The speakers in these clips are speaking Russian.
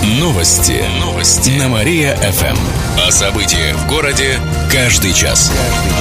Новости на Мария-ФМ. О событиях в городе каждый час.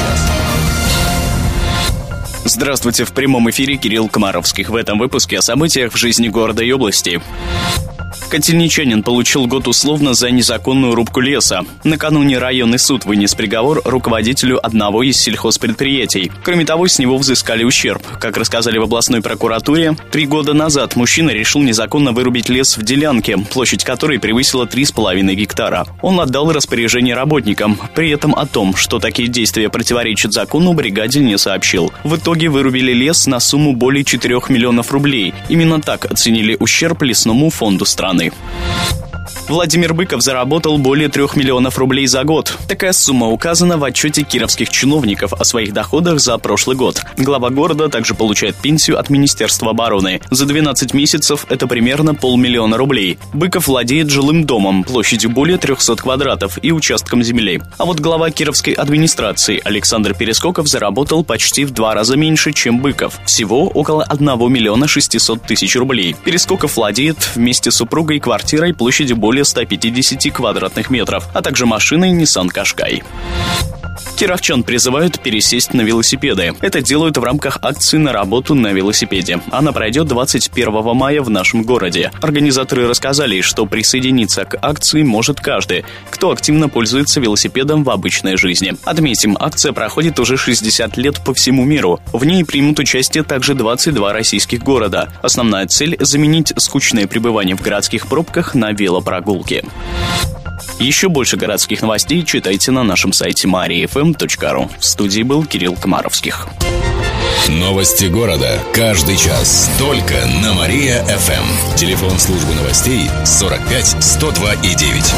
Здравствуйте, в прямом эфире Кирилл Комаровских. В этом выпуске о событиях в жизни города и области. Котельничанин получил год условно за незаконную рубку леса. Накануне районный суд вынес приговор руководителю одного из сельхозпредприятий. Кроме того, с него взыскали ущерб. Как рассказали в областной прокуратуре, 3 года назад мужчина решил незаконно вырубить лес в делянке, площадь которой превысила 3,5 гектара. Он отдал распоряжение работникам. При этом о том, что такие действия противоречат закону, бригаде не сообщил. В итоге вырубили лес на сумму более 4 миллионов рублей. Именно так оценили ущерб лесному фонду страны. Владимир Быков заработал более 3 миллионов рублей за год. Такая сумма указана в отчете кировских чиновников о своих доходах за прошлый год. Глава города также получает пенсию от Министерства обороны. За 12 месяцев это примерно 500 000 рублей. Быков владеет жилым домом площадью более 300 квадратов и участком земли. А вот глава кировской администрации Александр Перескоков заработал почти в 2 раза меньше, чем Быков. Всего около 1 600 000 рублей. Перескоков владеет вместе с супругой квартирой площадью более 150 квадратных метров, а также машиной Nissan Qashqai. Кировчан призывают пересесть на велосипеды. Это делают в рамках акции «На работу на велосипеде». Она пройдет 21 мая в нашем городе. Организаторы рассказали, что присоединиться к акции может каждый, кто активно пользуется велосипедом в обычной жизни. Отметим, акция проходит уже 60 лет по всему миру. В ней примут участие также 22 российских города. Основная цель – заменить скучное пребывание в городских пробках на велопрогулки. Еще больше городских новостей читайте на нашем сайте mariafm.ru. В студии был Кирилл Комаровских. Новости города каждый час. Только на Мария-ФМ. Телефон службы новостей 45 102 и 9.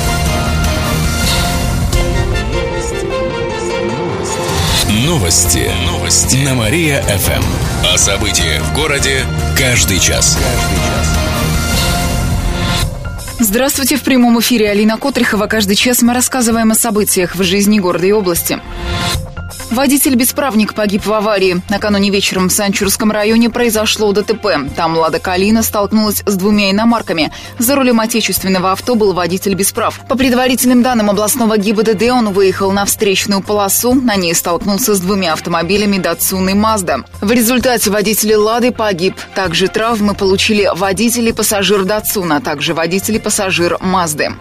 Новости на Мария-ФМ. О событиях в городе каждый час. Здравствуйте, в прямом эфире Алина Котрихова. Каждый час мы рассказываем о событиях в жизни города и области. Водитель-бесправник погиб в аварии. Накануне вечером в Санчурском районе произошло ДТП. Там «Лада Калина» столкнулась с 2 иномарками. За рулем отечественного авто был водитель без прав. По предварительным данным областного ГИБДД, он выехал на встречную полосу. На ней столкнулся с 2 автомобилями «Датсун» и «Мазда». В результате водитель «Лады» погиб. Также травмы получили водитель и пассажир «Датсуна», а также водитель и пассажир «Мазды».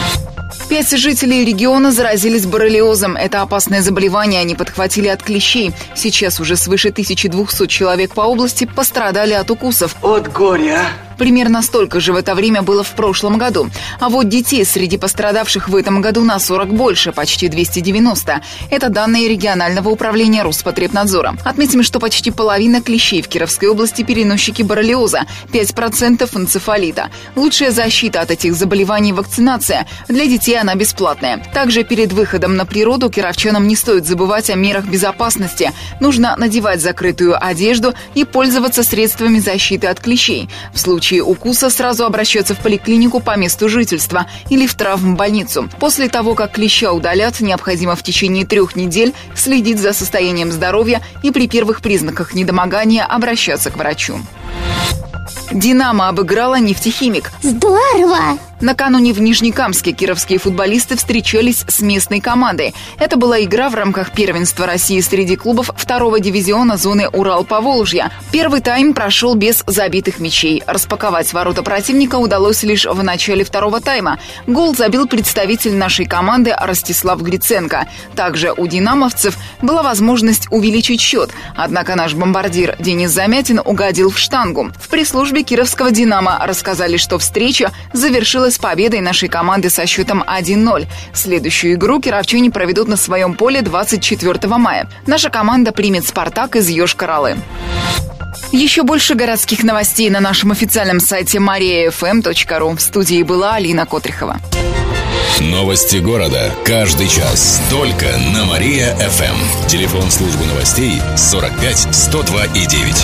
5 жителей региона заразились боррелиозом. Это опасное заболевание они подхватили от клещей. Сейчас уже свыше 1200 человек по области пострадали от укусов. От горя. Примерно столько же в это время было в прошлом году. А вот детей среди пострадавших в этом году на 40 больше, почти 290. Это данные регионального управления Роспотребнадзора. Отметим, что почти половина клещей в Кировской области переносчики боррелиоза, 5% энцефалита. Лучшая защита от этих заболеваний – вакцинация. Для детей она бесплатная. Также перед выходом на природу кировчанам не стоит забывать о мерах безопасности. Нужно надевать закрытую одежду и пользоваться средствами защиты от клещей. В случае укуса сразу обращаться в поликлинику по месту жительства или в травмбольницу. После того, как клеща удалят, необходимо в течение 3 недель следить за состоянием здоровья и при первых признаках недомогания обращаться к врачу. «Динамо» обыграла «Нефтехимик». Здорово! Накануне в Нижнекамске кировские футболисты встречались с местной командой. Это была игра в рамках первенства России среди клубов 2-го дивизиона зоны Урал-Поволжья. Первый тайм прошел без забитых мячей. Распаковать ворота противника удалось лишь в начале 2-го тайма. Гол забил представитель нашей команды Ростислав Гриценко. Также у динамовцев была возможность увеличить счет. Однако наш бомбардир Денис Замятин угодил в штангу. В пресс-службе кировского «Динамо» рассказали, что встреча завершилась с победой нашей команды со счетом 1-0. Следующую игру кировчане проведут на своем поле 24 мая. Наша команда примет «Спартак» из Йошкар-Олы. Еще больше городских новостей на нашем официальном сайте mariafm.ru. В студии была Алина Котрихова. Новости города каждый час. Только на Мария-ФМ. Телефон службы новостей 45 102 и 9.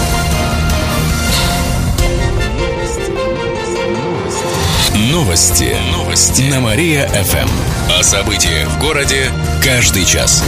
Новости на Мария-ФМ. О событиях в городе каждый час.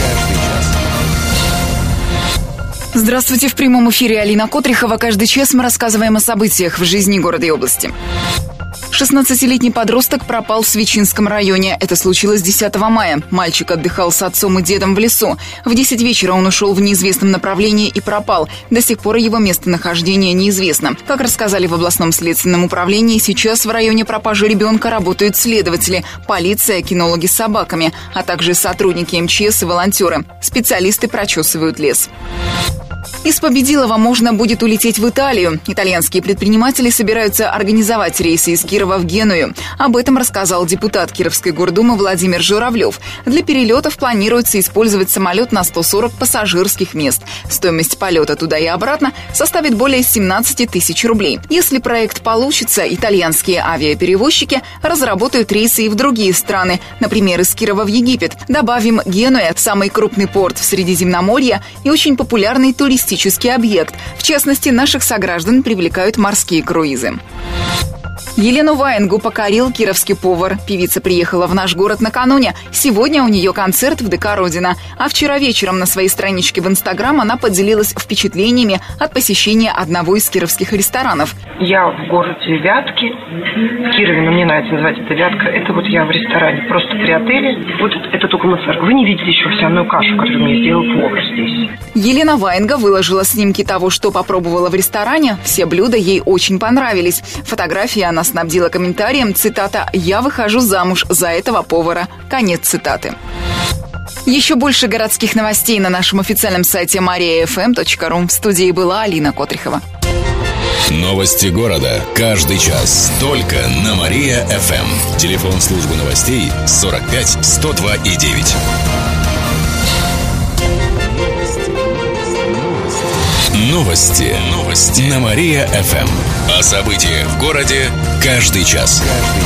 Здравствуйте, в прямом эфире Алина Котрихова. Каждый час мы рассказываем о событиях в жизни города и области. 16-летний подросток пропал в Свечинском районе. Это случилось 10 мая. Мальчик отдыхал с отцом и дедом в лесу. В 10 вечера он ушел в неизвестном направлении и пропал. До сих пор его местонахождение неизвестно. Как рассказали в областном следственном управлении, сейчас в районе пропажи ребенка работают следователи, полиция, кинологи с собаками, а также сотрудники МЧС и волонтеры. Специалисты прочесывают лес. Из Победилова можно будет улететь в Италию. Итальянские предприниматели собираются организовать рейсы из Кирова в Геную. Об этом рассказал депутат Кировской гордумы Владимир Журавлев. Для перелетов планируется использовать самолет на 140 пассажирских мест. Стоимость полета туда и обратно составит более 17 тысяч рублей. Если проект получится, итальянские авиаперевозчики разработают рейсы и в другие страны, например, из Кирова в Египет. Добавим, Генуя – самый крупный порт в Средиземноморье и очень популярный туристический объект. В частности, наших сограждан привлекают морские круизы. Елену Ваенгу покорил кировский повар. Певица приехала в наш город накануне. Сегодня у нее концерт в ДК «Родина». А вчера вечером на своей страничке в Инстаграм она поделилась впечатлениями от посещения одного из кировских ресторанов. Я в городе Вятки, в Кирове, но мне нравится называть это Вятка. Это вот я в ресторане, просто при отеле. Вот это только массаж. Вы не видите еще овсяную кашу, которую мне сделал повар здесь. Елена Ваенга выложила снимки того, что попробовала в ресторане. Все блюда ей очень понравились. Фотографии она снабдила комментарием, цитата: «Я выхожу замуж за этого повара». Конец цитаты. Еще больше городских новостей на нашем официальном сайте mariafm.ru. В студии была Алина Котрихова. Новости города. Каждый час. Только на Мария-ФМ. Телефон службы новостей 45 102 и 9. Новости на Мария-ФМ. О событиях в городе каждый час.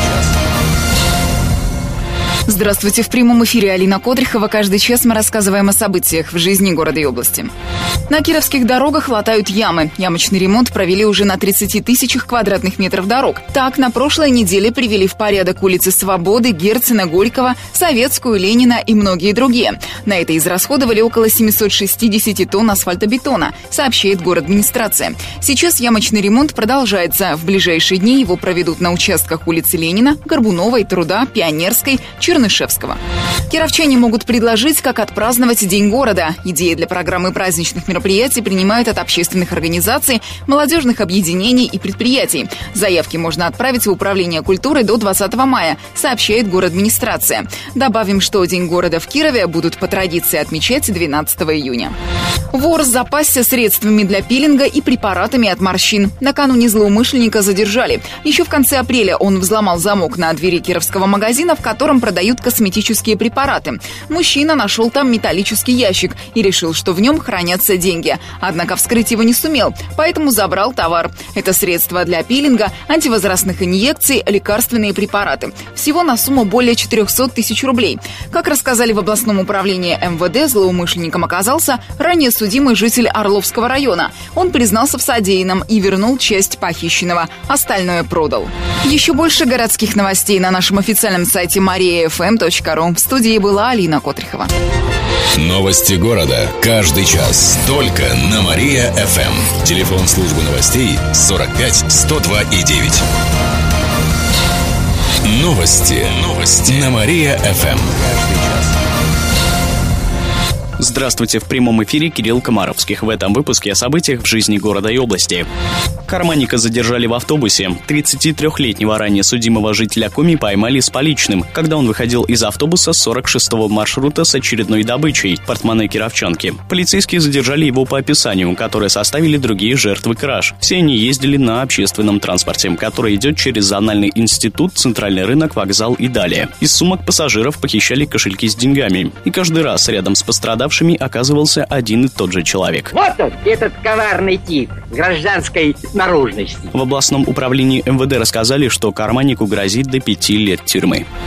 Здравствуйте, в прямом эфире Алина Кодрихова. Каждый час мы рассказываем о событиях в жизни города и области. На кировских дорогах латают ямы. Ямочный ремонт провели уже на 30 тысячах квадратных метров дорог. Так, на прошлой неделе привели в порядок улицы Свободы, Герцена, Горького, Советскую, Ленина и многие другие. На это израсходовали около 760 тонн асфальтобетона, сообщает городадминистрация. Сейчас ямочный ремонт продолжается. В ближайшие дни его проведут на участках улицы Ленина, Горбуновой, Труда, Пионерской, Чернышевского. Кировчане могут предложить, как отпраздновать День города. Идеи для программы праздничных мероприятий принимают от общественных организаций, молодежных объединений и предприятий. Заявки можно отправить в Управление культуры до 20 мая, сообщает городадминистрация. Добавим, что День города в Кирове будут по традиции отмечать 12 июня. Вор запасся средствами для пилинга и препаратами от морщин. Накануне злоумышленника задержали. Еще в конце апреля он взломал замок на двери кировского магазина, в котором продают косметические препараты. Мужчина нашел там металлический ящик и решил, что в нем хранятся деньги. Однако вскрыть его не сумел, поэтому забрал товар. Это средства для пилинга, антивозрастных инъекций, лекарственные препараты. Всего на сумму более 400 тысяч рублей. Как рассказали в областном управлении МВД, злоумышленником оказался ранее судимый житель Орловского района. Он признался в содеянном и вернул часть похищенного. Остальное продал. Еще больше городских новостей на нашем официальном сайте mariafm.ru. В студии была Алина Котрихова. Новости города. Каждый час. Только на Мария-ФМ. Телефон службы новостей 45 102 и 9. Новости на Мария-ФМ. Здравствуйте, в прямом эфире Кирилл Комаровских. В этом выпуске о событиях в жизни города и области. Карманника задержали в автобусе. 33-летнего ранее судимого жителя Коми поймали с поличным, когда он выходил из автобуса 46-го маршрута с очередной добычей – портмоне кировчанки. Полицейские задержали его по описанию, которое составили другие жертвы краж. Все они ездили на общественном транспорте, который идет через зональный институт, центральный рынок, вокзал и далее. Из сумок пассажиров похищали кошельки с деньгами. И каждый раз рядом с пострадавшими оказывался один и тот же человек. Вот он, этот коварный тип гражданской наружности. В областном управлении МВД рассказали, что карманнику грозит до 5 лет тюрьмы.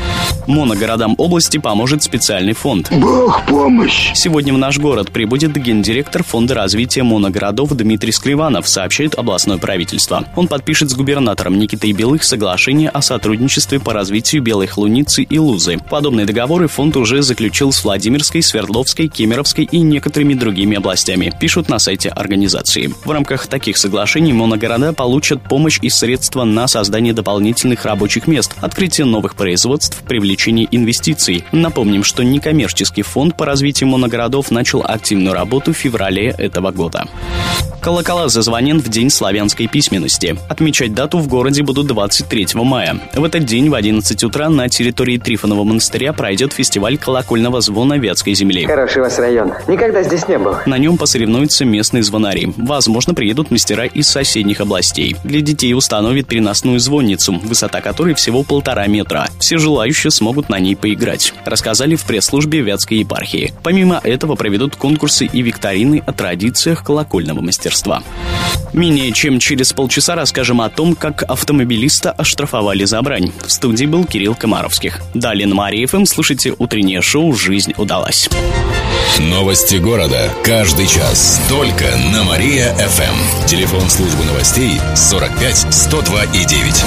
Моногородам области поможет специальный фонд. Бог помощь! Сегодня в наш город прибудет гендиректор Фонда развития моногородов Дмитрий Скриванов, сообщает областное правительство. Он подпишет с губернатором Никитой Белых соглашение о сотрудничестве по развитию Белой Холуницы и Лузы. Подобные договоры фонд уже заключил с Владимирской, Свердловской, Кемеровской и некоторыми другими областями, пишут на сайте организации. В рамках таких соглашений моногорода получат помощь и средства на создание дополнительных рабочих мест, открытие новых производств, привлечение инвестиций. Напомним, что некоммерческий фонд по развитию моногородов начал активную работу в феврале этого года. Колокола зазвонят в День славянской письменности. Отмечать дату в городе будут 23 мая. В этот день в 11 утра на территории Трифонова монастыря пройдет фестиваль колокольного звона Вятской земли. Хороший у вас район. Никогда здесь не был. На нем посоревнуются местные звонари. Возможно, приедут мастера из соседних областей. Для детей установят переносную звонницу, высота которой всего 1,5 метра. Все желающие смогут на ней поиграть, рассказали в пресс-службе Вятской епархии. Помимо этого проведут конкурсы и викторины о традициях колокольного мастерства. Менее чем через полчаса расскажем о том, как автомобилиста оштрафовали за брань. В студии был Кирилл Комаровских. Далее на Мария ФМ слушайте утреннее шоу «Жизнь удалась». Новости города. Каждый час. Только на Мария ФМ. Телефон службы новостей 45 102 и 9.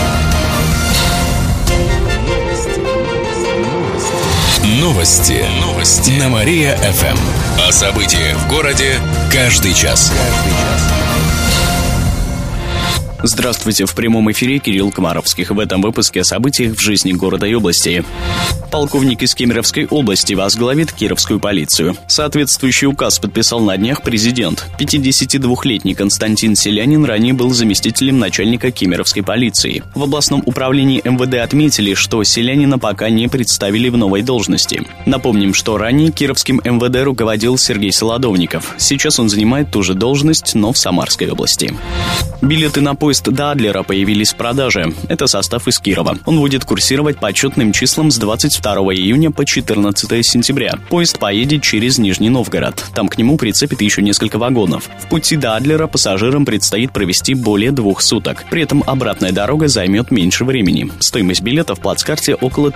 Новости на Мария ФМ. О событиях в городе каждый час. Здравствуйте, в прямом эфире Кирилл Комаровских. В этом выпуске о событиях в жизни города и области. Полковник из Кемеровской области возглавит Кировскую полицию. Соответствующий указ подписал на днях президент. 52-летний Константин Селянин ранее был заместителем начальника Кемеровской полиции. В областном управлении МВД отметили, что Селянина пока не представили в новой должности. Напомним, что ранее Кировским МВД руководил Сергей Солодовников. Сейчас он занимает ту же должность, но в Самарской области. Билеты на поезд до Адлера появились в продаже. Это состав из Кирова. Он будет курсировать по четным числам с 22 июня по 14 сентября. Поезд поедет через Нижний Новгород. Там к нему прицепят еще несколько вагонов. В пути до Адлера пассажирам предстоит провести более 2 суток. При этом обратная дорога займет меньше времени. Стоимость билета в плацкарте около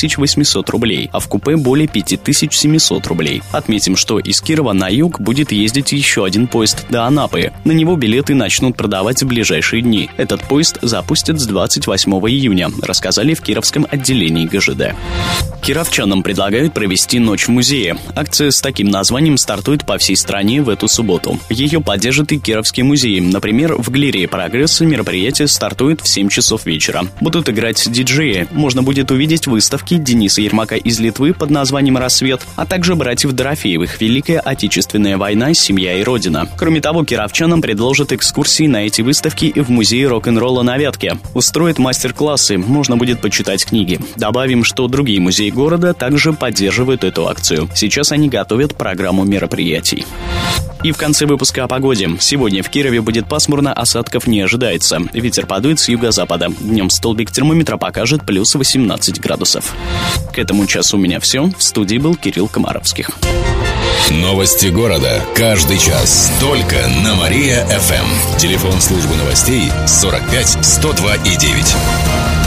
3800 рублей, а в купе более 5700 рублей. Отметим, что из Кирова на юг будет ездить еще один поезд до Анапы. На него билеты начнут продавать в ближайшие дни. Этот поезд запустят с 28 июня, рассказали в Кировском отделении ГЖД. Кировчанам предлагают провести ночь в музее. Акция с таким названием стартует по всей стране в эту субботу. Ее поддержат и Кировские музеи. Например, в галерее «Прогресс» мероприятие стартует в 7 часов вечера. Будут играть диджеи. Можно будет увидеть выставки Дениса Ермака из Литвы под названием «Рассвет», а также братьев Дорофеевых «Великая Отечественная война. Семья и Родина». Кроме того, кировчанам предложат экскурсии на эти выставки и в музее рок-н-ролла на Вятке. Устроят мастер-классы, можно будет почитать книги. Добавим, что другие музеи города также поддерживают эту акцию. Сейчас они готовят программу мероприятий. И в конце выпуска о погоде. Сегодня в Кирове будет пасмурно, осадков не ожидается. Ветер подует с юго-запада. Днем столбик термометра покажет плюс 18 градусов. К этому часу у меня все. В студии был Кирилл Комаровских. Новости города. Каждый час. Только на Мария ФМ. Телефон службы новостей 45 102 и 9.